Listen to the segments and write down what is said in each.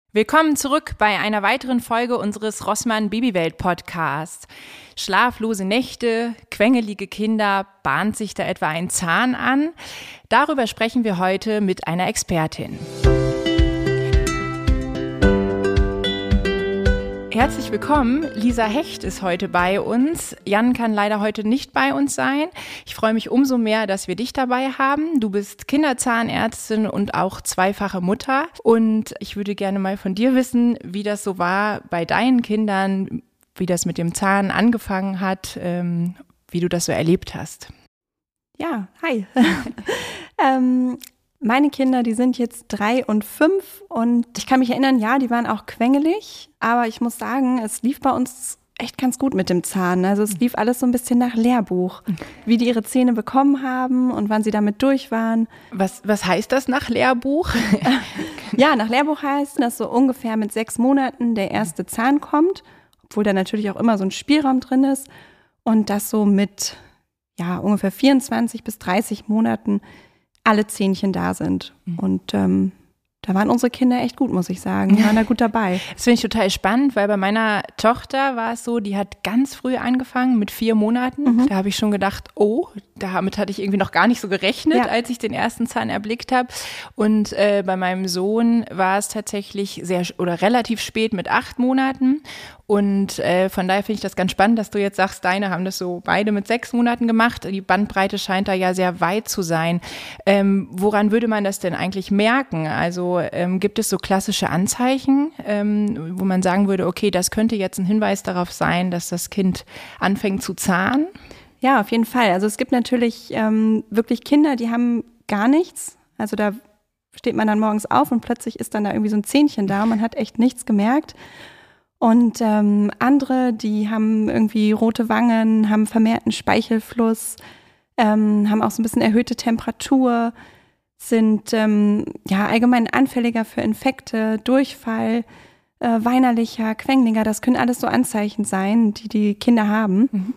Willkommen zurück bei einer weiteren Folge unseres Rossmann Babywelt Podcasts. Schlaflose Nächte, quengelige Kinder, bahnt sich da etwa ein Zahn an? Darüber sprechen wir heute mit einer Expertin. Herzlich willkommen, Lisa Hecht ist heute bei uns. Jan kann leider heute nicht bei uns sein. Ich freue mich umso mehr, dass wir dich dabei haben. Du bist Kinderzahnärztin und auch zweifache Mutter. Und ich würde gerne mal von dir wissen, wie das so war bei deinen Kindern, wie das mit dem Zahn angefangen hat, wie du das so erlebt hast. Ja, hi. Meine Kinder, die sind jetzt 3 und 5 und ich kann mich erinnern, ja, die waren auch quengelig, aber ich muss sagen, es lief bei uns echt ganz gut mit dem Zahn. Also es lief alles so ein bisschen nach Lehrbuch, wie die ihre Zähne bekommen haben und wann sie damit durch waren. Was heißt das nach Lehrbuch? Ja, nach Lehrbuch heißt, dass so ungefähr mit 6 Monaten der erste Zahn kommt, obwohl da natürlich auch immer so ein Spielraum drin ist und dass so mit ungefähr 24 bis 30 Monaten alle Zähnchen da sind. Und da waren unsere Kinder echt gut, muss ich sagen. Die waren da gut dabei. Das finde ich total spannend, weil bei meiner Tochter war es so, die hat ganz früh angefangen, mit 4 Monaten. Da habe ich schon gedacht, damit hatte ich irgendwie noch gar nicht so gerechnet, als ich den ersten Zahn erblickt habe. Und bei meinem Sohn war es tatsächlich relativ spät mit 8 Monaten. Und von daher finde ich das ganz spannend, dass du jetzt sagst, deine haben das so beide mit 6 Monaten gemacht. Die Bandbreite scheint da ja sehr weit zu sein. Woran würde man das denn eigentlich merken? Also gibt es so klassische Anzeichen, wo man sagen würde, okay, das könnte jetzt ein Hinweis darauf sein, dass das Kind anfängt zu zahnen? Ja, auf jeden Fall. Also es gibt natürlich wirklich Kinder, die haben gar nichts. Also da steht man dann morgens auf und plötzlich ist dann da irgendwie so ein Zähnchen da und man hat echt nichts gemerkt. Und andere, die haben irgendwie rote Wangen, haben vermehrten Speichelfluss, haben auch so ein bisschen erhöhte Temperatur, sind allgemein anfälliger für Infekte, Durchfall, weinerlicher, quengeliger. Das können alles so Anzeichen sein, die die Kinder haben.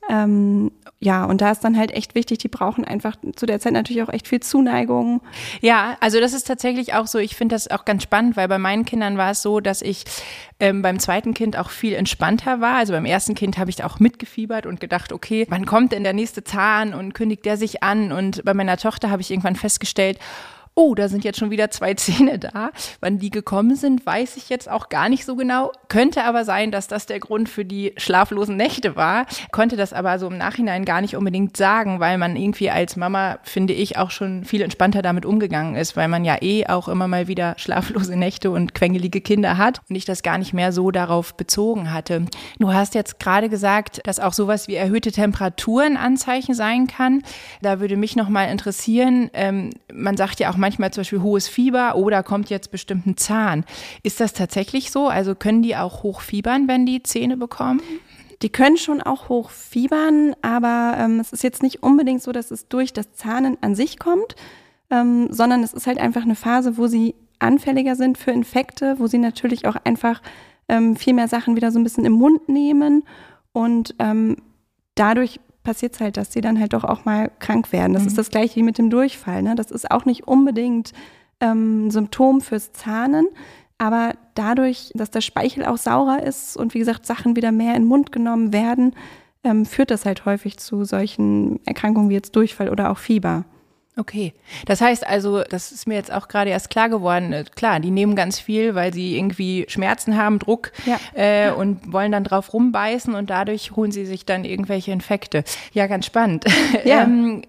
Und da ist dann halt echt wichtig, die brauchen einfach zu der Zeit natürlich auch echt viel Zuneigung. Ja, also das ist tatsächlich auch so, ich finde das auch ganz spannend, weil bei meinen Kindern war es so, dass ich beim zweiten Kind auch viel entspannter war. Also beim ersten Kind habe ich auch mitgefiebert und gedacht, okay, wann kommt denn der nächste Zahn und kündigt der sich an? Und bei meiner Tochter habe ich irgendwann festgestellt, da sind jetzt schon wieder 2 Zähne da. Wann die gekommen sind, weiß ich jetzt auch gar nicht so genau. Könnte aber sein, dass das der Grund für die schlaflosen Nächte war. Konnte das aber so im Nachhinein gar nicht unbedingt sagen, weil man irgendwie als Mama, finde ich, auch schon viel entspannter damit umgegangen ist, weil man ja auch immer mal wieder schlaflose Nächte und quengelige Kinder hat und ich das gar nicht mehr so darauf bezogen hatte. Du hast jetzt gerade gesagt, dass auch sowas wie erhöhte Temperaturen Anzeichen sein kann. Da würde mich noch mal interessieren, man sagt ja auch manchmal zum Beispiel hohes Fieber oder kommt jetzt bestimmt ein Zahn. Ist das tatsächlich so? Also können die auch hochfiebern, wenn die Zähne bekommen? Die können schon auch hochfiebern, aber es ist jetzt nicht unbedingt so, dass es durch das Zahnen an sich kommt, sondern es ist halt einfach eine Phase, wo sie anfälliger sind für Infekte, wo sie natürlich auch einfach viel mehr Sachen wieder so ein bisschen im Mund nehmen und dadurch passiert es halt, dass sie dann halt doch auch mal krank werden. Das ist das Gleiche wie mit dem Durchfall. Ne? Das ist auch nicht unbedingt Symptom fürs Zahnen, aber dadurch, dass der Speichel auch saurer ist und wie gesagt Sachen wieder mehr in den Mund genommen werden, führt das halt häufig zu solchen Erkrankungen wie jetzt Durchfall oder auch Fieber. Okay, das heißt also, das ist mir jetzt auch gerade erst klar geworden, klar, die nehmen ganz viel, weil sie irgendwie Schmerzen haben, Druck und wollen dann drauf rumbeißen und dadurch holen sie sich dann irgendwelche Infekte. Ja, ganz spannend. Ja.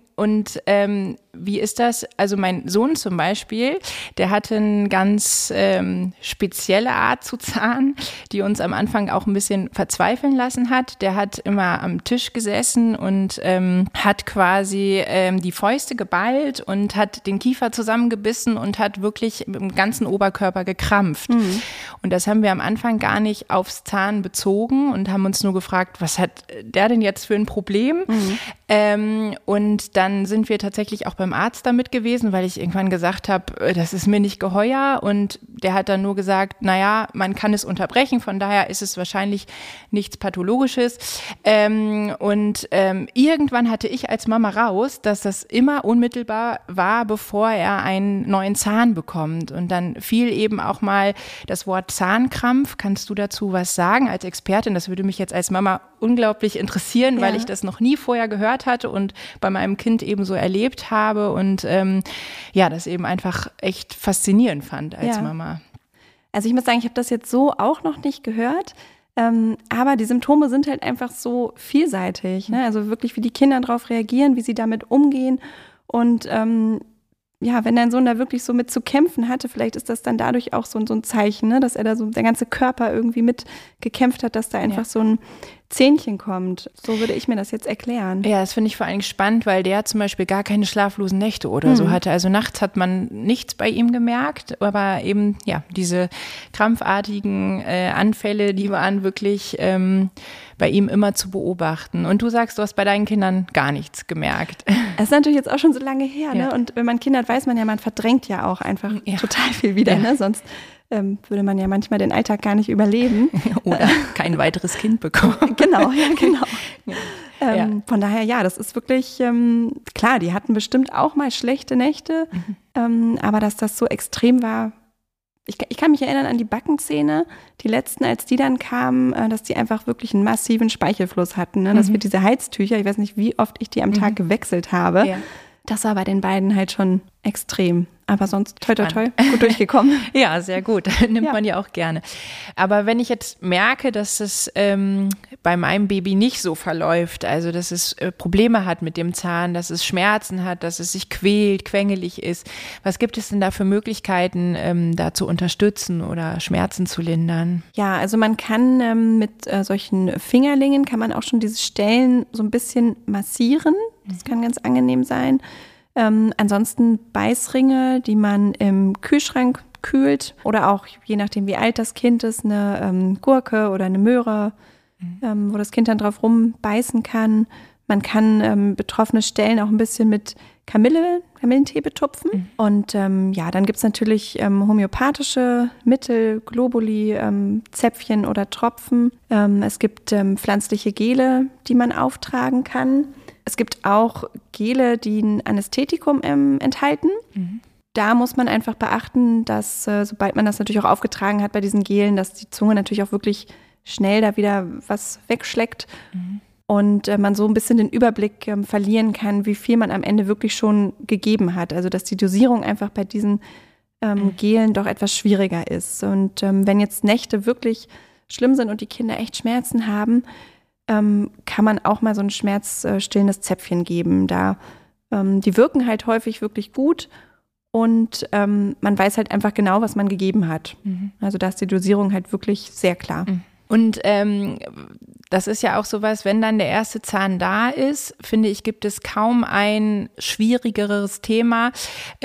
Wie ist das? Also mein Sohn zum Beispiel, der hatte eine ganz spezielle Art zu zahnen, die uns am Anfang auch ein bisschen verzweifeln lassen hat. Der hat immer am Tisch gesessen und hat quasi die Fäuste geballt und hat den Kiefer zusammengebissen und hat wirklich mit dem ganzen Oberkörper gekrampft. Und das haben wir am Anfang gar nicht aufs Zahn bezogen und haben uns nur gefragt, was hat der denn jetzt für ein Problem? Und dann sind wir tatsächlich auch beim Arzt damit gewesen, weil ich irgendwann gesagt habe, das ist mir nicht geheuer. Und der hat dann nur gesagt, naja, man kann es unterbrechen, von daher ist es wahrscheinlich nichts Pathologisches. Irgendwann hatte ich als Mama raus, dass das immer unmittelbar war, bevor er einen neuen Zahn bekommt. Und dann fiel eben auch mal das Wort Zahnkrampf. Kannst du dazu was sagen als Expertin? Das würde mich jetzt als Mama unglaublich interessieren, weil ich das noch nie vorher gehört hatte und bei meinem Kind eben so erlebt habe und das eben einfach echt faszinierend fand als Mama. Also ich muss sagen, ich habe das jetzt so auch noch nicht gehört, aber die Symptome sind halt einfach so vielseitig, ne? Also wirklich, wie die Kinder darauf reagieren, wie sie damit umgehen und wenn dein Sohn da wirklich so mit zu kämpfen hatte, vielleicht ist das dann dadurch auch so ein Zeichen, ne, dass er da so der ganze Körper irgendwie mit gekämpft hat, dass da einfach so ein Zähnchen kommt. So würde ich mir das jetzt erklären. Ja, das finde ich vor allem spannend, weil der zum Beispiel gar keine schlaflosen Nächte oder so hatte. Also nachts hat man nichts bei ihm gemerkt, aber eben diese krampfartigen Anfälle, die waren wirklich bei ihm immer zu beobachten. Und du sagst, du hast bei deinen Kindern gar nichts gemerkt. Das ist natürlich jetzt auch schon so lange her, ne? Und wenn man Kinder hat, weiß man ja, man verdrängt ja auch einfach total viel wieder, ne? Sonst würde man ja manchmal den Alltag gar nicht überleben. Oder kein weiteres Kind bekommen. Genau. Von daher, das ist wirklich, klar, die hatten bestimmt auch mal schlechte Nächte, aber dass das so extrem war, ich kann mich erinnern an die Backenzähne, die letzten, als die dann kamen, dass die einfach wirklich einen massiven Speichelfluss hatten, ne? Dass wir diese Heiztücher, ich weiß nicht, wie oft ich die am Tag gewechselt habe, das war bei den beiden halt schon extrem. Aber sonst toi, gut durchgekommen. Ja, sehr gut. Nimmt man ja auch gerne. Aber wenn ich jetzt merke, dass es bei meinem Baby nicht so verläuft, also dass es Probleme hat mit dem Zahn, dass es Schmerzen hat, dass es sich quält, quengelig ist, was gibt es denn da für Möglichkeiten, da zu unterstützen oder Schmerzen zu lindern? Ja, also man kann mit solchen Fingerlingen, kann man auch schon diese Stellen so ein bisschen massieren. Das kann ganz angenehm sein. Ansonsten Beißringe, die man im Kühlschrank kühlt oder auch, je nachdem wie alt das Kind ist, eine Gurke oder eine Möhre, wo das Kind dann drauf rumbeißen kann. Man kann betroffene Stellen auch ein bisschen mit Kamillentee betupfen. Und dann gibt es natürlich homöopathische Mittel, Globuli, Zäpfchen oder Tropfen. Es gibt pflanzliche Gele, die man auftragen kann. Es gibt auch Gele, die ein Anästhetikum enthalten. Da muss man einfach beachten, dass sobald man das natürlich auch aufgetragen hat bei diesen Gelen, dass die Zunge natürlich auch wirklich schnell da wieder was wegschleckt und man so ein bisschen den Überblick verlieren kann, wie viel man am Ende wirklich schon gegeben hat. Also dass die Dosierung einfach bei diesen Gelen doch etwas schwieriger ist. Und wenn jetzt Nächte wirklich schlimm sind und die Kinder echt Schmerzen haben, kann man auch mal so ein schmerzstillendes Zäpfchen geben. Die wirken halt häufig wirklich gut und man weiß halt einfach genau, was man gegeben hat. Also da ist die Dosierung halt wirklich sehr klar. Und das ist ja auch sowas, wenn dann der erste Zahn da ist, finde ich, gibt es kaum ein schwierigeres Thema,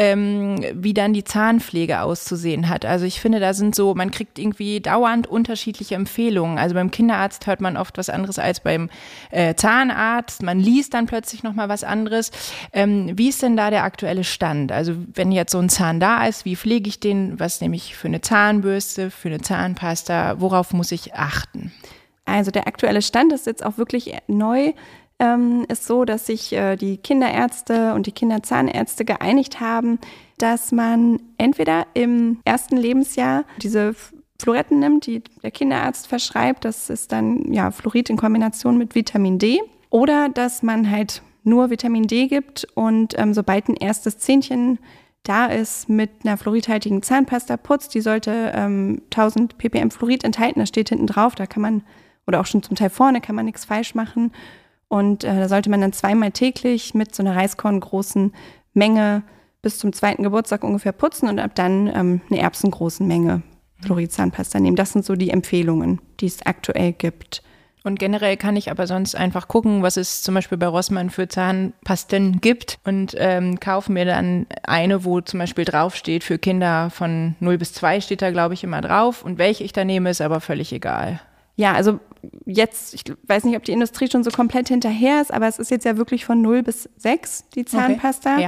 wie dann die Zahnpflege auszusehen hat. Also ich finde, man kriegt irgendwie dauernd unterschiedliche Empfehlungen. Also beim Kinderarzt hört man oft was anderes als beim Zahnarzt. Man liest dann plötzlich nochmal was anderes. Wie ist denn da der aktuelle Stand? Also wenn jetzt so ein Zahn da ist, wie pflege ich den? Was nehme ich für eine Zahnbürste, für eine Zahnpasta? Worauf muss ich achten? Also der aktuelle Stand ist jetzt auch wirklich neu, ist so, dass sich die Kinderärzte und die Kinderzahnärzte geeinigt haben, dass man entweder im ersten Lebensjahr diese Floretten nimmt, die der Kinderarzt verschreibt, das ist dann Fluorid in Kombination mit Vitamin D, oder dass man halt nur Vitamin D gibt und sobald ein erstes Zähnchen da ist, mit einer fluoridhaltigen Zahnpasta putzt, die sollte 1000 ppm Fluorid enthalten, das steht hinten drauf, da kann man, oder auch schon zum Teil vorne, kann man nichts falsch machen. Und da sollte man dann 2-mal täglich mit so einer reiskorngroßen Menge bis zum 2. Geburtstag ungefähr putzen und ab dann eine erbsengroßen Menge Fluorid-Zahnpasta nehmen. Das sind so die Empfehlungen, die es aktuell gibt. Und generell kann ich aber sonst einfach gucken, was es zum Beispiel bei Rossmann für Zahnpasten gibt und kaufe mir dann eine, wo zum Beispiel draufsteht, für Kinder von 0 bis 2 steht da, glaube ich, immer drauf. Und welche ich da nehme, ist aber völlig egal. Ja, also jetzt, ich weiß nicht, ob die Industrie schon so komplett hinterher ist, aber es ist jetzt ja wirklich von 0 bis 6 die Zahnpasta. Okay.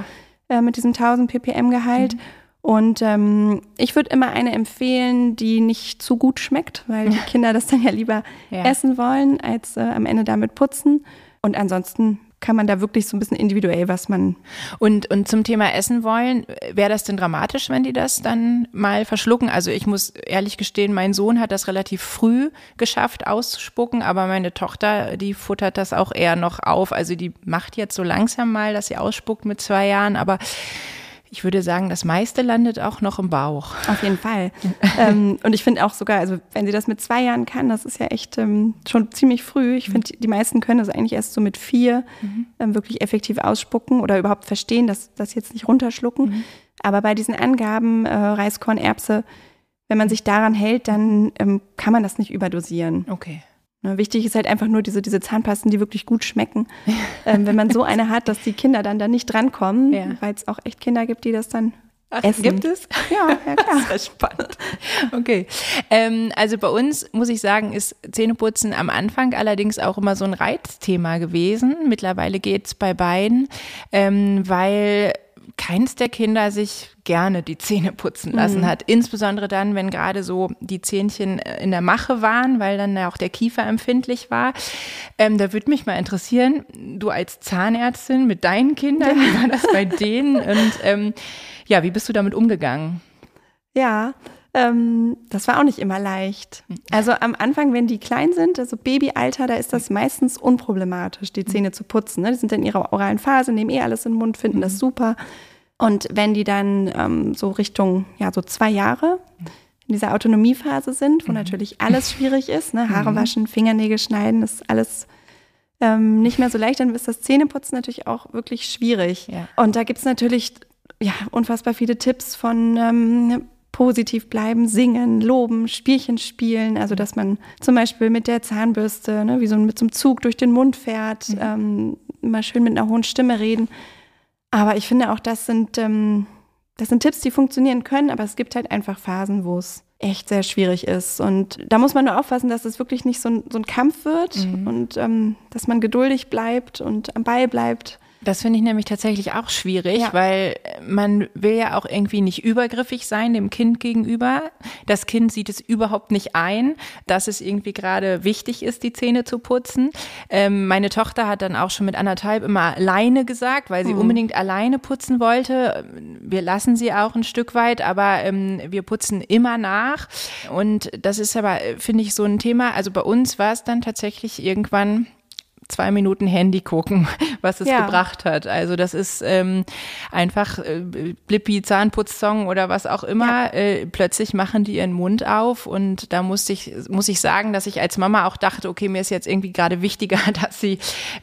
mit diesem 1000 ppm-Gehalt. Und ich würde immer eine empfehlen, die nicht zu gut schmeckt, weil die Kinder das dann ja lieber essen wollen, als am Ende damit putzen. Und ansonsten kann man da wirklich so ein bisschen individuell was man... Und zum Thema Essen wollen, wäre das denn dramatisch, wenn die das dann mal verschlucken? Also ich muss ehrlich gestehen, mein Sohn hat das relativ früh geschafft auszuspucken, aber meine Tochter, die futtert das auch eher noch auf. Also die macht jetzt so langsam mal, dass sie ausspuckt mit 2 Jahren, aber ich würde sagen, das meiste landet auch noch im Bauch. Auf jeden Fall. Und ich finde auch sogar, also wenn sie das mit 2 Jahren kann, das ist ja echt schon ziemlich früh. Ich finde, die meisten können das eigentlich erst so mit 4 wirklich effektiv ausspucken oder überhaupt verstehen, dass das jetzt nicht runterschlucken. Aber bei diesen Angaben, Reis, Korn, Erbse, wenn man sich daran hält, dann kann man das nicht überdosieren. Okay. Wichtig ist halt einfach nur diese Zahnpasten, die wirklich gut schmecken. Wenn man so eine hat, dass die Kinder dann da nicht drankommen, weil es auch echt Kinder gibt, die das dann essen. Gibt es? Ja, klar. Das ist spannend. Okay. Also bei uns, muss ich sagen, ist Zähneputzen am Anfang allerdings auch immer so ein Reizthema gewesen. Mittlerweile geht's bei beiden, weil keins der Kinder sich gerne die Zähne putzen lassen hat. Insbesondere dann, wenn gerade so die Zähnchen in der Mache waren, weil dann ja auch der Kiefer empfindlich war. Da würde mich mal interessieren, du als Zahnärztin mit deinen Kindern, wie war das bei denen? Und wie bist du damit umgegangen? Ja, das war auch nicht immer leicht. Also am Anfang, wenn die klein sind, also Babyalter, da ist das meistens unproblematisch, die Zähne zu putzen. Ne? Die sind in ihrer oralen Phase, nehmen alles in den Mund, finden das super. Und wenn die dann so Richtung, so 2 Jahre in dieser Autonomiephase sind, wo natürlich alles schwierig ist, ne? Haare waschen, Fingernägel schneiden, das ist alles nicht mehr so leicht, dann ist das Zähneputzen natürlich auch wirklich schwierig. Ja. Und da gibt es natürlich unfassbar viele Tipps von positiv bleiben, singen, loben, Spielchen spielen, also dass man zum Beispiel mit der Zahnbürste, ne, wie mit so einem Zug durch den Mund fährt, immer schön mit einer hohen Stimme reden. Aber ich finde auch, das sind Tipps, die funktionieren können, aber es gibt halt einfach Phasen, wo es echt sehr schwierig ist. Und da muss man nur aufpassen, dass es wirklich nicht so ein Kampf wird und dass man geduldig bleibt und am Ball bleibt. Das finde ich nämlich tatsächlich auch schwierig, weil man will ja auch irgendwie nicht übergriffig sein dem Kind gegenüber. Das Kind sieht es überhaupt nicht ein, dass es irgendwie gerade wichtig ist, die Zähne zu putzen. Meine Tochter hat dann auch schon mit 1,5 immer alleine gesagt, weil sie unbedingt alleine putzen wollte. Wir lassen sie auch ein Stück weit, aber wir putzen immer nach. Und das ist aber, finde ich, so ein Thema. Also bei uns war es dann tatsächlich irgendwann 2 Minuten Handy gucken, was es gebracht hat. Also das ist einfach Blippi, Zahnputzsong oder was auch immer. Plötzlich machen die ihren Mund auf und da muss ich sagen, dass ich als Mama auch dachte, okay, mir ist jetzt irgendwie gerade wichtiger, dass sie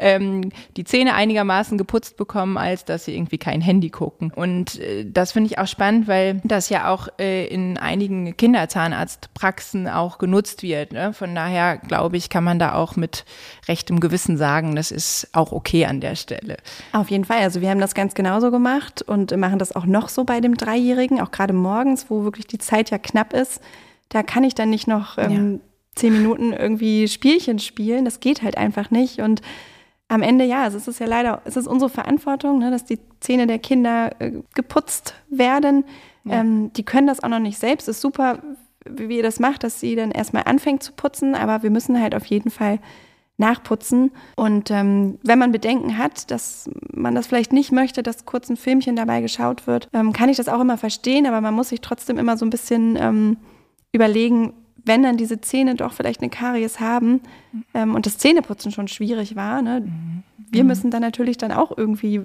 die Zähne einigermaßen geputzt bekommen, als dass sie irgendwie kein Handy gucken. Und das finde ich auch spannend, weil das ja auch in einigen Kinderzahnarztpraxen auch genutzt wird. Ne? Von daher, glaube ich, kann man da auch mit rechtem Gewissen sagen, das ist auch okay an der Stelle. Auf jeden Fall. Also wir haben das ganz genauso gemacht und machen das auch noch so bei dem 3-Jährigen, auch gerade morgens, wo wirklich die Zeit ja knapp ist. Da kann ich dann nicht noch 10 Minuten irgendwie Spielchen spielen. Das geht halt einfach nicht. Und am Ende, es ist ja leider, es ist unsere Verantwortung, ne, dass die Zähne der Kinder geputzt werden. Ja. Die können das auch noch nicht selbst. Es ist super, wie ihr das macht, dass sie dann erstmal anfängt zu putzen, aber wir müssen halt auf jeden Fall nachputzen. Und wenn man Bedenken hat, dass man das vielleicht nicht möchte, dass kurz ein Filmchen dabei geschaut wird, kann ich das auch immer verstehen, aber man muss sich trotzdem immer so ein bisschen überlegen, wenn dann diese Zähne doch vielleicht eine Karies haben und das Zähneputzen schon schwierig war, ne? Wir müssen dann natürlich dann auch irgendwie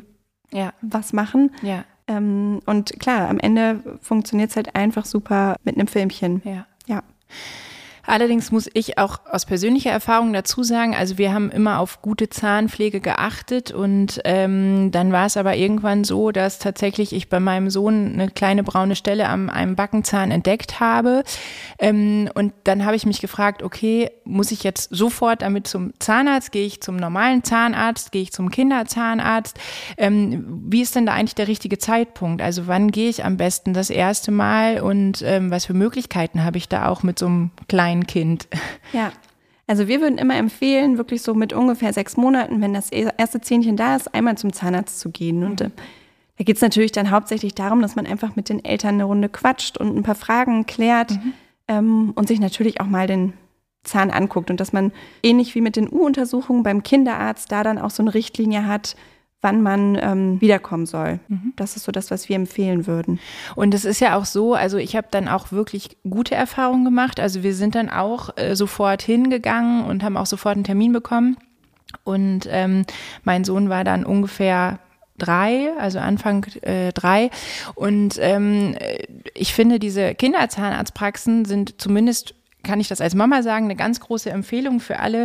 was machen. Ja. Und klar, am Ende funktioniert es halt einfach super mit einem Filmchen. Ja. Allerdings muss ich auch aus persönlicher Erfahrung dazu sagen, also wir haben immer auf gute Zahnpflege geachtet und dann war es aber irgendwann so, dass tatsächlich ich bei meinem Sohn eine kleine braune Stelle an einem Backenzahn entdeckt habe und dann habe ich mich gefragt, okay, muss ich jetzt sofort damit zum Zahnarzt, gehe ich zum normalen Zahnarzt, gehe ich zum Kinderzahnarzt, wie ist denn da eigentlich der richtige Zeitpunkt? Also wann gehe ich am besten das erste Mal und was für Möglichkeiten habe ich da auch mit so einem kleinen Kind? Ja, also wir würden immer empfehlen, wirklich so mit ungefähr 6 Monaten, wenn das erste Zähnchen da ist, einmal zum Zahnarzt zu gehen. Und da Da geht es natürlich dann hauptsächlich darum, dass man einfach mit den Eltern eine Runde quatscht und ein paar Fragen klärt und sich natürlich auch mal den Zahn anguckt. Und dass man ähnlich wie mit den U-Untersuchungen beim Kinderarzt da dann auch so eine Richtlinie hat, wann man wiederkommen soll. Das ist so das, was wir empfehlen würden. Und es ist ja auch so, also ich habe dann auch wirklich gute Erfahrungen gemacht. Also wir sind dann auch sofort hingegangen und haben auch sofort einen Termin bekommen. Und mein Sohn war dann ungefähr 3, also Anfang 3. Und ich finde, diese Kinderzahnarztpraxen sind zumindest, kann ich das als Mama sagen, eine ganz große Empfehlung für alle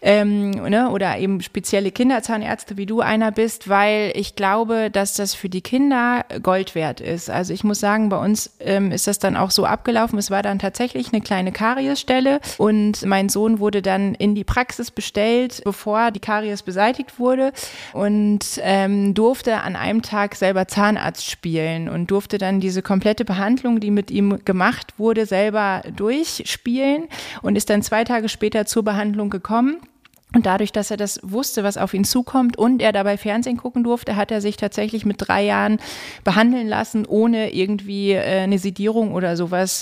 oder eben spezielle Kinderzahnärzte, wie du einer bist, weil ich glaube, dass das für die Kinder Gold wert ist. Also ich muss sagen, bei uns ist das dann auch so abgelaufen. Es war dann tatsächlich eine kleine Kariesstelle und mein Sohn wurde dann in die Praxis bestellt, bevor die Karies beseitigt wurde und durfte an einem Tag selber Zahnarzt spielen und durfte dann diese komplette Behandlung, die mit ihm gemacht wurde, selber durchspielen. Und ist dann 2 Tage später zur Behandlung gekommen. Und dadurch, dass er das wusste, was auf ihn zukommt und er dabei Fernsehen gucken durfte, hat er sich tatsächlich mit 3 Jahren behandeln lassen, ohne irgendwie eine Sedierung oder sowas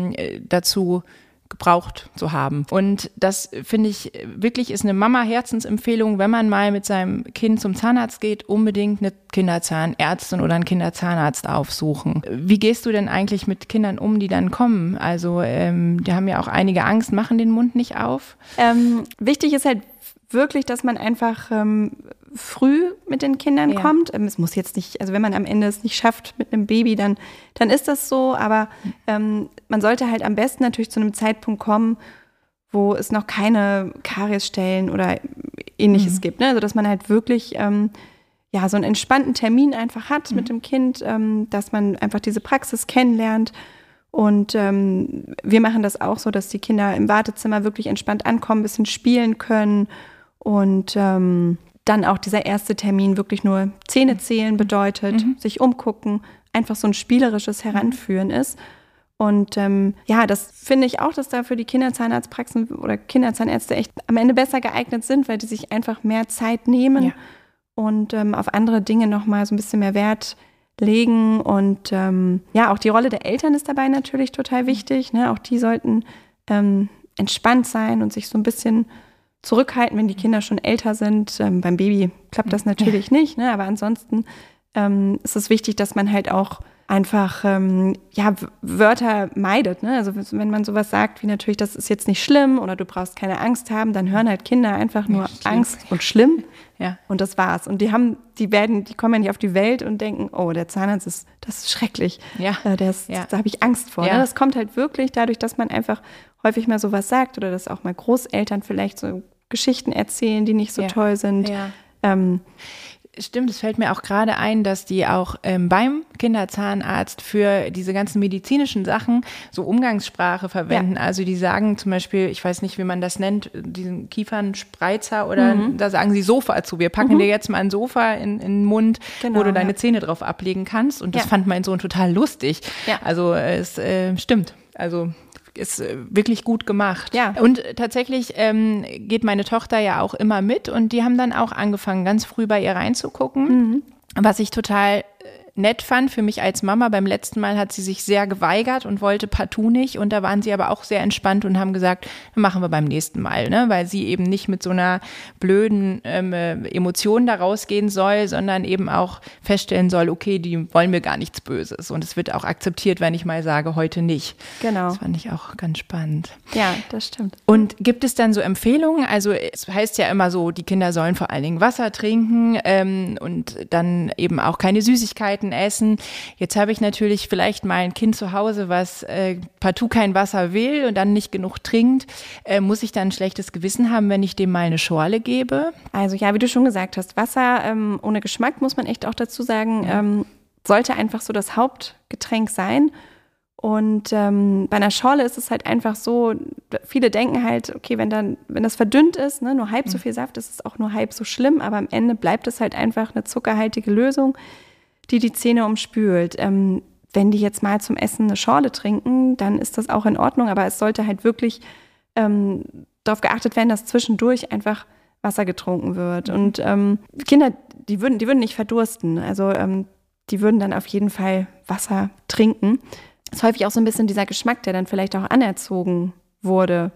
dazu gebraucht zu haben. Und das finde ich wirklich ist eine Mama-Herzensempfehlung, wenn man mal mit seinem Kind zum Zahnarzt geht, unbedingt eine Kinderzahnärztin oder einen Kinderzahnarzt aufsuchen. Wie gehst du denn eigentlich mit Kindern um, die dann kommen? Also die haben ja auch einige Angst, machen den Mund nicht auf. Wichtig ist halt wirklich, dass man einfach früh mit den Kindern kommt. Es muss jetzt nicht, also wenn man am Ende es nicht schafft mit einem Baby, dann ist das so. Aber man sollte halt am besten natürlich zu einem Zeitpunkt kommen, wo es noch keine Kariesstellen oder Ähnliches gibt. Ne? Also dass man halt wirklich so einen entspannten Termin einfach hat mit dem Kind, dass man einfach diese Praxis kennenlernt. Und wir machen das auch so, dass die Kinder im Wartezimmer wirklich entspannt ankommen, ein bisschen spielen können und dann auch dieser erste Termin wirklich nur Zähne zählen bedeutet, sich umgucken, einfach so ein spielerisches Heranführen ist. Und das finde ich auch, dass da für die Kinderzahnarztpraxen oder Kinderzahnärzte echt am Ende besser geeignet sind, weil die sich einfach mehr Zeit nehmen und auf andere Dinge nochmal so ein bisschen mehr Wert legen. Und auch die Rolle der Eltern ist dabei natürlich total wichtig. Ne? Auch die sollten entspannt sein und sich so ein bisschen zurückhalten, wenn die Kinder schon älter sind. Beim Baby klappt das natürlich nicht, ne? Aber ansonsten ist es wichtig, dass man halt auch einfach Wörter meidet. Ne? Also wenn man sowas sagt wie natürlich, das ist jetzt nicht schlimm oder du brauchst keine Angst haben, dann hören halt Kinder einfach nur Angst und schlimm und das war's. Und die kommen ja nicht auf die Welt und denken, oh, der Zahnarzt das ist schrecklich. Da habe ich Angst vor. Ne? Das kommt halt wirklich dadurch, dass man einfach häufig mal sowas sagt oder dass auch mal Großeltern vielleicht so Geschichten erzählen, die nicht so toll sind. Stimmt, es fällt mir auch gerade ein, dass die auch beim Kinderzahnarzt für diese ganzen medizinischen Sachen so Umgangssprache verwenden. Also die sagen zum Beispiel, ich weiß nicht, wie man das nennt, diesen Kiefernspreizer oder da sagen sie Sofa zu. Wir packen dir jetzt mal ein Sofa in den Mund, wo du deine Zähne drauf ablegen kannst. Und das fand mein Sohn total lustig. Also es stimmt. Also ist wirklich gut gemacht. Und tatsächlich geht meine Tochter ja auch immer mit und die haben dann auch angefangen, ganz früh bei ihr reinzugucken, was ich total nett fand für mich als Mama. Beim letzten Mal hat sie sich sehr geweigert und wollte partout nicht und da waren sie aber auch sehr entspannt und haben gesagt, machen wir beim nächsten Mal, ne? Weil sie eben nicht mit so einer blöden Emotion da rausgehen soll, sondern eben auch feststellen soll, okay, die wollen mir gar nichts Böses und es wird auch akzeptiert, wenn ich mal sage, heute nicht. Genau. Das fand ich auch ganz spannend. Ja, das stimmt. Und gibt es dann so Empfehlungen? Also es heißt ja immer so, die Kinder sollen vor allen Dingen Wasser trinken und dann eben auch keine Süßigkeiten essen. Jetzt habe ich natürlich vielleicht mal ein Kind zu Hause, was partout kein Wasser will und dann nicht genug trinkt. Muss ich dann ein schlechtes Gewissen haben, wenn ich dem mal eine Schorle gebe? Also ja, wie du schon gesagt hast, Wasser ohne Geschmack, muss man echt auch dazu sagen, sollte einfach so das Hauptgetränk sein. Und bei einer Schorle ist es halt einfach so, viele denken halt, okay, wenn das verdünnt ist, ne, nur halb so viel Saft, ist es auch nur halb so schlimm, aber am Ende bleibt es halt einfach eine zuckerhaltige Lösung, die Zähne umspült. Wenn die jetzt mal zum Essen eine Schorle trinken, dann ist das auch in Ordnung, aber es sollte halt wirklich darauf geachtet werden, dass zwischendurch einfach Wasser getrunken wird. Und Kinder, die würden nicht verdursten. Also die würden dann auf jeden Fall Wasser trinken. Das ist häufig auch so ein bisschen dieser Geschmack, der dann vielleicht auch anerzogen wurde,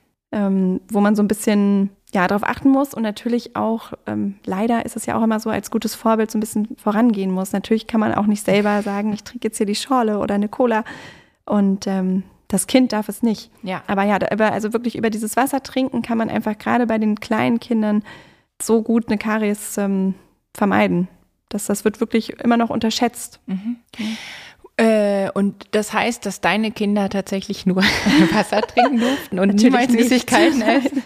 wo man so ein bisschen darauf achten muss und natürlich auch, leider ist es ja auch immer so, als gutes Vorbild so ein bisschen vorangehen muss. Natürlich kann man auch nicht selber sagen, ich trinke jetzt hier die Schorle oder eine Cola und das Kind darf es nicht. Ja. Aber also wirklich über dieses Wasser trinken kann man einfach gerade bei den kleinen Kindern so gut eine Karies vermeiden. Das wird wirklich immer noch unterschätzt. Mhm. Und das heißt, dass deine Kinder tatsächlich nur Wasser trinken durften und niemals Süßigkeiten essen?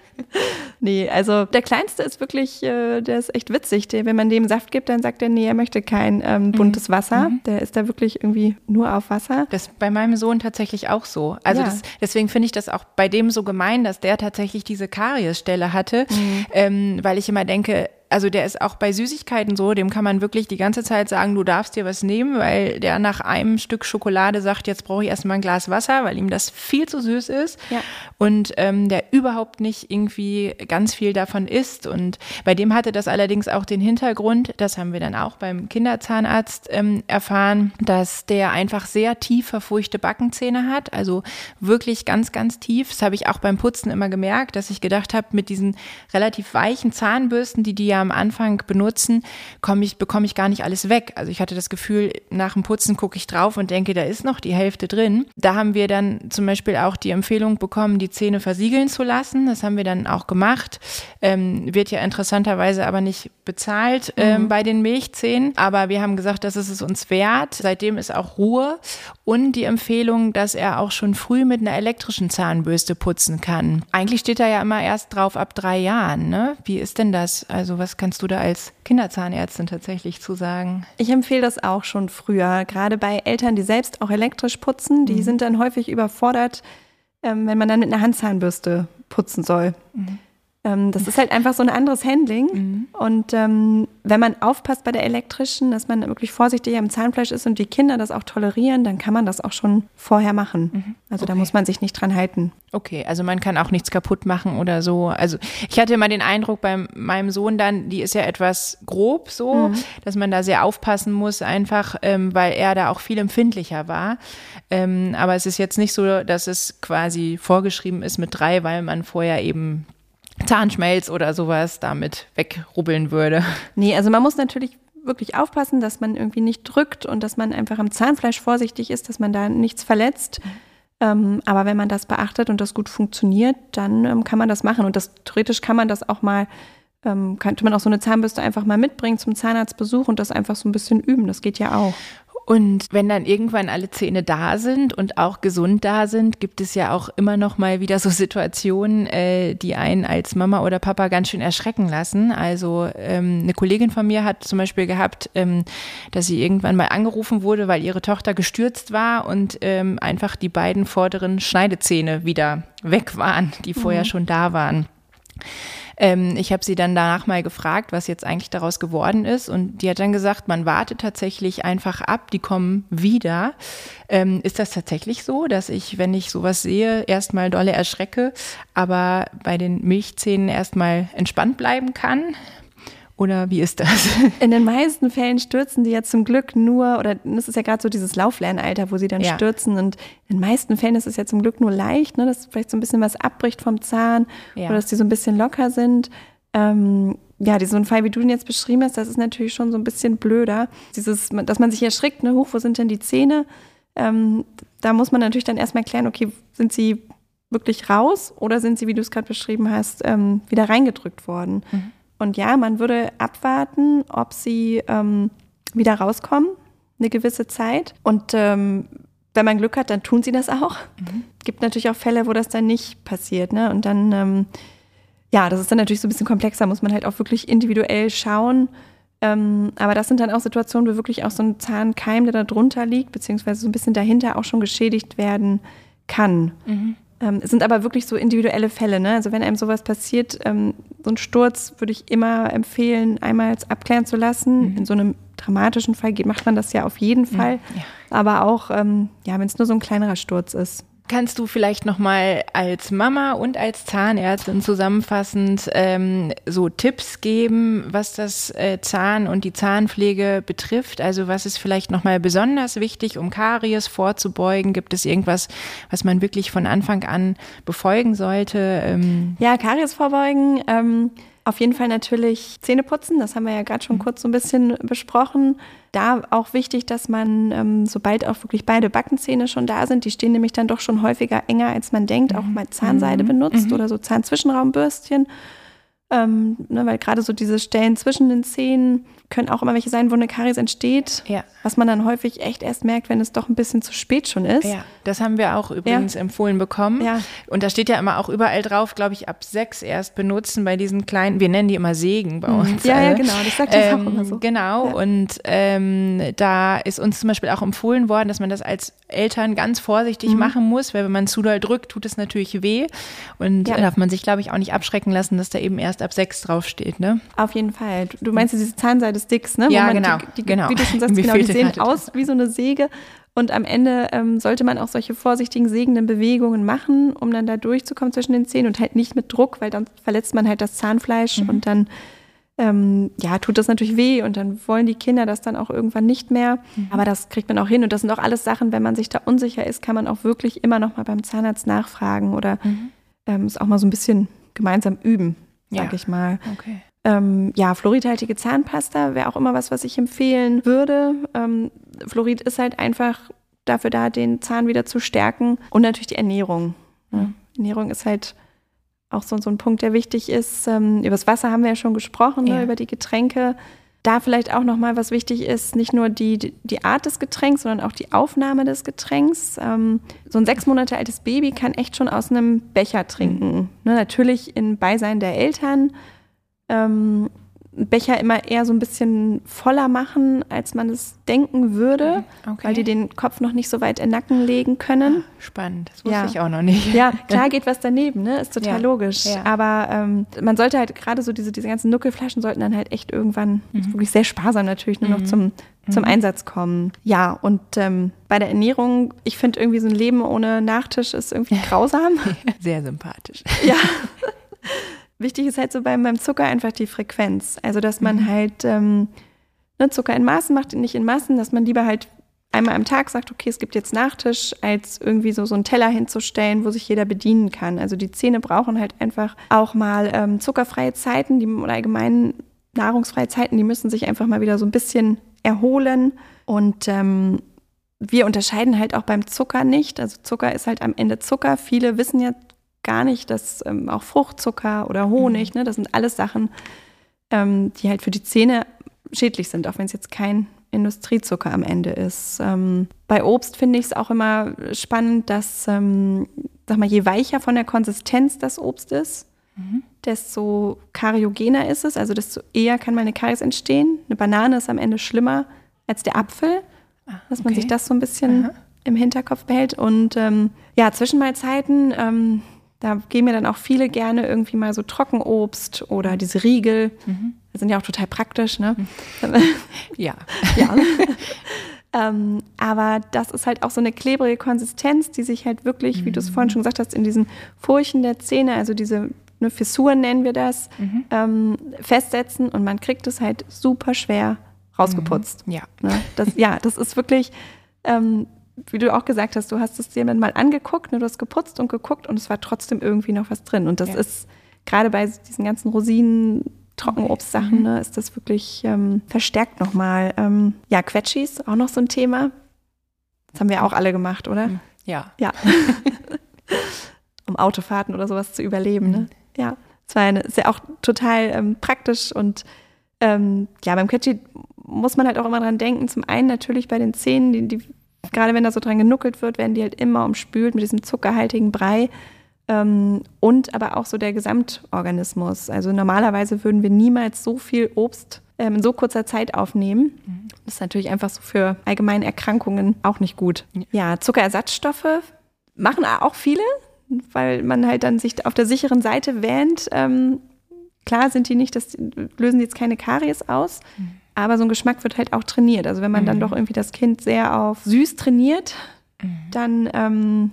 Nee, also der Kleinste ist wirklich, der ist echt witzig. Wenn man dem Saft gibt, dann sagt er, nee, er möchte kein buntes Wasser. Der ist da wirklich irgendwie nur auf Wasser. Das ist bei meinem Sohn tatsächlich auch so. Also deswegen finde ich das auch bei dem so gemein, dass der tatsächlich diese Kariesstelle hatte, weil ich immer denke, also der ist auch bei Süßigkeiten so, dem kann man wirklich die ganze Zeit sagen, du darfst dir was nehmen, weil der nach einem Stück Schokolade sagt, jetzt brauche ich erstmal ein Glas Wasser, weil ihm das viel zu süß ist und der überhaupt nicht irgendwie ganz viel davon isst. Und bei dem hatte das allerdings auch den Hintergrund, das haben wir dann auch beim Kinderzahnarzt erfahren, dass der einfach sehr tief verfurchte Backenzähne hat, also wirklich ganz, ganz tief. Das habe ich auch beim Putzen immer gemerkt, dass ich gedacht habe, mit diesen relativ weichen Zahnbürsten, die ja am Anfang benutzen, bekomme ich gar nicht alles weg. Also ich hatte das Gefühl, nach dem Putzen gucke ich drauf und denke, da ist noch die Hälfte drin. Da haben wir dann zum Beispiel auch die Empfehlung bekommen, die Zähne versiegeln zu lassen. Das haben wir dann auch gemacht. Wird ja interessanterweise aber nicht bezahlt bei den Milchzähnen. Aber wir haben gesagt, das ist es uns wert. Seitdem ist auch Ruhe und die Empfehlung, dass er auch schon früh mit einer elektrischen Zahnbürste putzen kann. Eigentlich steht da ja immer erst drauf ab 3 Jahren. Ne? Wie ist denn das? Also was kannst du da als Kinderzahnärztin tatsächlich zu sagen? Ich empfehle das auch schon früher, gerade bei Eltern, die selbst auch elektrisch putzen, die sind dann häufig überfordert, wenn man dann mit einer Handzahnbürste putzen soll. Das ist halt einfach so ein anderes Handling. Und wenn man aufpasst bei der elektrischen, dass man wirklich vorsichtig am Zahnfleisch ist und die Kinder das auch tolerieren, dann kann man das auch schon vorher machen. Also da muss man sich nicht dran halten. Okay, also man kann auch nichts kaputt machen oder so. Also ich hatte immer den Eindruck bei meinem Sohn dann, die ist ja etwas grob so, dass man da sehr aufpassen muss einfach, weil er da auch viel empfindlicher war. Aber es ist jetzt nicht so, dass es quasi vorgeschrieben ist mit 3, weil man vorher eben Zahnschmelz oder sowas damit wegrubbeln würde. Nee, also man muss natürlich wirklich aufpassen, dass man irgendwie nicht drückt und dass man einfach am Zahnfleisch vorsichtig ist, dass man da nichts verletzt. Aber wenn man das beachtet und das gut funktioniert, dann kann man das machen. Und theoretisch kann man das auch mal, könnte man auch so eine Zahnbürste einfach mal mitbringen zum Zahnarztbesuch und das einfach so ein bisschen üben. Das geht ja auch. Und wenn dann irgendwann alle Zähne da sind und auch gesund da sind, gibt es ja auch immer noch mal wieder so Situationen, die einen als Mama oder Papa ganz schön erschrecken lassen. Also eine Kollegin von mir hat zum Beispiel gehabt, dass sie irgendwann mal angerufen wurde, weil ihre Tochter gestürzt war und einfach die beiden vorderen Schneidezähne wieder weg waren, die vorher schon da waren. Ich habe sie dann danach mal gefragt, was jetzt eigentlich daraus geworden ist. Und die hat dann gesagt, man wartet tatsächlich einfach ab, die kommen wieder. Ist das tatsächlich so, dass ich, wenn ich sowas sehe, erstmal dolle erschrecke, aber bei den Milchzähnen erstmal entspannt bleiben kann? Oder wie ist das? In den meisten Fällen stürzen die ja zum Glück nur, oder das ist ja gerade so dieses Lauflernalter, wo sie dann stürzen. Und in den meisten Fällen ist es ja zum Glück nur leicht, ne, dass vielleicht so ein bisschen was abbricht vom Zahn oder dass die so ein bisschen locker sind. So ein Fall, wie du ihn jetzt beschrieben hast, das ist natürlich schon so ein bisschen blöder. Dass man sich erschrickt, ne, wo sind denn die Zähne? Da muss man natürlich dann erstmal klären, okay, sind sie wirklich raus oder sind sie, wie du es gerade beschrieben hast, wieder reingedrückt worden? Und ja, man würde abwarten, ob sie wieder rauskommen, eine gewisse Zeit. Und wenn man Glück hat, dann tun sie das auch. Gibt natürlich auch Fälle, wo das dann nicht passiert, ne? Und dann, das ist dann natürlich so ein bisschen komplexer, muss man halt auch wirklich individuell schauen. Aber das sind dann auch Situationen, wo wirklich auch so ein Zahnkeim, der da drunter liegt, beziehungsweise so ein bisschen dahinter auch schon geschädigt werden kann. Es sind aber wirklich so individuelle Fälle, ne? Also wenn einem sowas passiert, so ein Sturz würde ich immer empfehlen, einmal abklären zu lassen. In so einem dramatischen Fall macht man das ja auf jeden Fall. Aber auch, wenn es nur so ein kleinerer Sturz ist. Kannst du vielleicht nochmal als Mama und als Zahnärztin zusammenfassend so Tipps geben, was das Zahn und die Zahnpflege betrifft? Also was ist vielleicht nochmal besonders wichtig, um Karies vorzubeugen? Gibt es irgendwas, was man wirklich von Anfang an befolgen sollte? Ja, Karies vorbeugen. Auf jeden Fall natürlich Zähne putzen, das haben wir ja gerade schon kurz so ein bisschen besprochen. Da auch wichtig, dass man, sobald auch wirklich beide Backenzähne schon da sind, die stehen nämlich dann doch schon häufiger enger, als man denkt, auch mal Zahnseide benutzt oder so Zahnzwischenraumbürstchen. Weil gerade so diese Stellen zwischen den Zähnen können auch immer welche sein, wo eine Karies entsteht, was man dann häufig echt erst merkt, wenn es doch ein bisschen zu spät schon ist. Ja, das haben wir auch übrigens empfohlen bekommen. Ja. Und da steht ja immer auch überall drauf, glaube ich, ab 6 erst benutzen bei diesen kleinen, wir nennen die immer Sägen bei uns. Ja, genau, das sagt das auch immer so. Genau, und da ist uns zum Beispiel auch empfohlen worden, dass man das als Eltern ganz vorsichtig machen muss, weil wenn man zu doll drückt, tut es natürlich weh. Und darf man sich, glaube ich, auch nicht abschrecken lassen, dass da eben erst ab 6 draufsteht, ne? Auf jeden Fall. Du meinst diese Zahnseide Sticks, ne? Ja, wo man genau. Wie du schon sagst, genau, die sehen aus wie so eine Säge. Und am Ende sollte man auch solche vorsichtigen, sägenden Bewegungen machen, um dann da durchzukommen zwischen den Zähnen und halt nicht mit Druck, weil dann verletzt man halt das Zahnfleisch und dann tut das natürlich weh und dann wollen die Kinder das dann auch irgendwann nicht mehr. Aber das kriegt man auch hin und das sind auch alles Sachen, wenn man sich da unsicher ist, kann man auch wirklich immer noch mal beim Zahnarzt nachfragen oder es auch mal so ein bisschen gemeinsam üben, sag ich mal. Okay. Fluoridhaltige Zahnpasta wäre auch immer was ich empfehlen würde. Fluorid ist halt einfach dafür da, den Zahn wieder zu stärken und natürlich die Ernährung. Ne? Ernährung ist halt auch so ein Punkt, der wichtig ist. Über das Wasser haben wir ja schon gesprochen, ne? Über die Getränke. Da vielleicht auch nochmal, was wichtig ist, nicht nur die Art des Getränks, sondern auch die Aufnahme des Getränks. So ein 6 Monate altes Baby kann echt schon aus einem Becher trinken. Ne? Natürlich in Beisein der Eltern. Becher immer eher so ein bisschen voller machen, als man es denken würde, weil die den Kopf noch nicht so weit in den Nacken legen können. Spannend, das wusste ich auch noch nicht. Ja, klar geht was daneben, ne? Ist total logisch. Ja. Aber man sollte halt gerade so diese ganzen Nuckelflaschen sollten dann halt echt irgendwann wirklich sehr sparsam natürlich nur noch zum Einsatz kommen. Ja, und bei der Ernährung, ich finde irgendwie so ein Leben ohne Nachtisch ist irgendwie grausam. Sehr sympathisch. Ja. Wichtig ist halt so beim Zucker einfach die Frequenz. Also, dass man halt Zucker in Maßen macht, nicht in Massen, dass man lieber halt einmal am Tag sagt, okay, es gibt jetzt Nachtisch, als irgendwie so einen Teller hinzustellen, wo sich jeder bedienen kann. Also die Zähne brauchen halt einfach auch mal zuckerfreie Zeiten, oder allgemein nahrungsfreie Zeiten, die müssen sich einfach mal wieder so ein bisschen erholen. Und wir unterscheiden halt auch beim Zucker nicht. Also Zucker ist halt am Ende Zucker. Viele wissen ja gar nicht, dass auch Fruchtzucker oder Honig, ne, das sind alles Sachen, die halt für die Zähne schädlich sind, auch wenn es jetzt kein Industriezucker am Ende ist. Bei Obst finde ich es auch immer spannend, dass, je weicher von der Konsistenz das Obst ist, desto kariogener ist es, also desto eher kann mal eine Karies entstehen. Eine Banane ist am Ende schlimmer als der Apfel, dass man sich das so ein bisschen im Hinterkopf behält. Und Zwischenmahlzeiten, da gehen mir dann auch viele gerne irgendwie mal so Trockenobst oder diese Riegel. Das sind ja auch total praktisch, ne? Ja. Aber das ist halt auch so eine klebrige Konsistenz, die sich halt wirklich, wie du es vorhin schon gesagt hast, in diesen Furchen der Zähne, also diese Fissuren nennen wir das, festsetzen und man kriegt es halt super schwer rausgeputzt. Ja. Ne? Das ist wirklich, wie du auch gesagt hast, du hast es dir dann mal angeguckt, ne? Du hast geputzt und geguckt und es war trotzdem irgendwie noch was drin. Und das ist gerade bei diesen ganzen Rosinen, Trockenobstsachen, ne, ist das wirklich verstärkt nochmal. Quetschis, auch noch so ein Thema. Das haben wir auch alle gemacht, oder? Ja. Um Autofahrten oder sowas zu überleben, ne? Ja. Ist ja auch total praktisch und beim Quetschi muss man halt auch immer dran denken. Zum einen natürlich bei den Zähnen, die gerade wenn da so dran genuckelt wird, werden die halt immer umspült mit diesem zuckerhaltigen Brei. Und aber auch so der Gesamtorganismus. Also normalerweise würden wir niemals so viel Obst in so kurzer Zeit aufnehmen. Das ist natürlich einfach so für allgemeine Erkrankungen auch nicht gut. Ja, Zuckerersatzstoffe machen auch viele, weil man halt dann sich auf der sicheren Seite wähnt. Klar sind die nicht, lösen jetzt keine Karies aus, aber so ein Geschmack wird halt auch trainiert. Also wenn man dann doch irgendwie das Kind sehr auf süß trainiert, dann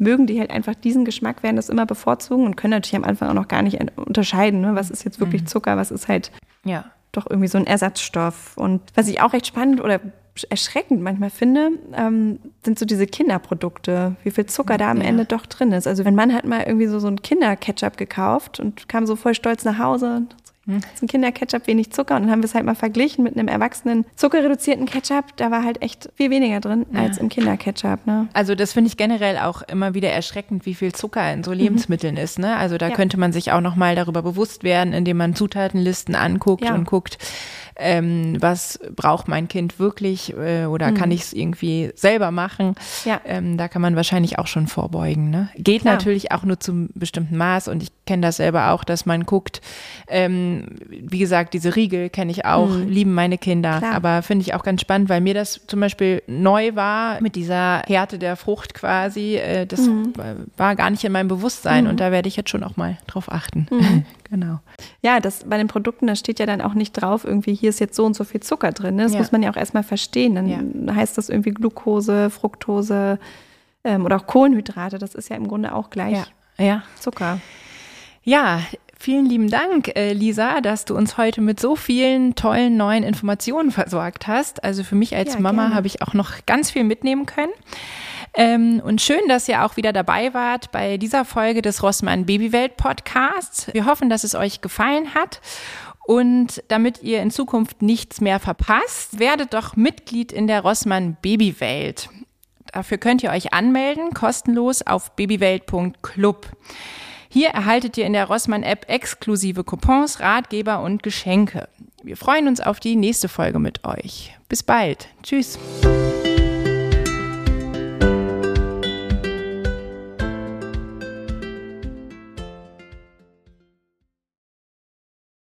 mögen die halt einfach diesen Geschmack, werden das immer bevorzugen und können natürlich am Anfang auch noch gar nicht unterscheiden, ne? Was ist jetzt wirklich Zucker, was ist halt doch irgendwie so ein Ersatzstoff. Und was ich auch recht spannend oder erschreckend manchmal finde, sind so diese Kinderprodukte, wie viel Zucker da am Ende doch drin ist. Also wenn man hat mal irgendwie so ein Kinderketchup gekauft und kam so voll stolz nach Hause, das ist ein Kinderketchup, wenig Zucker. Und dann haben wir es halt mal verglichen mit einem erwachsenen, zuckerreduzierten Ketchup. Da war halt echt viel weniger drin als im Kinderketchup. Ne? Also das finde ich generell auch immer wieder erschreckend, wie viel Zucker in so Lebensmitteln ist. Ne? Also da könnte man sich auch noch mal darüber bewusst werden, indem man Zutatenlisten anguckt und guckt, was braucht mein Kind wirklich oder kann ich es irgendwie selber machen. Ja. Da kann man wahrscheinlich auch schon vorbeugen. Ne? Geht natürlich auch nur zum bestimmten Maß und ich kenne das selber auch, dass man guckt, wie gesagt, diese Riegel kenne ich auch, lieben meine Kinder, aber finde ich auch ganz spannend, weil mir das zum Beispiel neu war mit dieser Härte der Frucht quasi, das war gar nicht in meinem Bewusstsein und da werde ich jetzt schon auch mal drauf achten. Genau. Ja, das bei den Produkten, da steht ja dann auch nicht drauf, irgendwie hier ist jetzt so und so viel Zucker drin. Ne? Das muss man ja auch erstmal verstehen. Dann heißt das irgendwie Glucose, Fructose oder auch Kohlenhydrate. Das ist ja im Grunde auch gleich Zucker. Ja, vielen lieben Dank, Lisa, dass du uns heute mit so vielen tollen neuen Informationen versorgt hast. Also für mich als Mama habe ich auch noch ganz viel mitnehmen können. Und schön, dass ihr auch wieder dabei wart bei dieser Folge des Rossmann Babywelt Podcasts. Wir hoffen, dass es euch gefallen hat. Und damit ihr in Zukunft nichts mehr verpasst, werdet doch Mitglied in der Rossmann Babywelt. Dafür könnt ihr euch anmelden, kostenlos auf babywelt.club. Hier erhaltet ihr in der Rossmann-App exklusive Coupons, Ratgeber und Geschenke. Wir freuen uns auf die nächste Folge mit euch. Bis bald. Tschüss.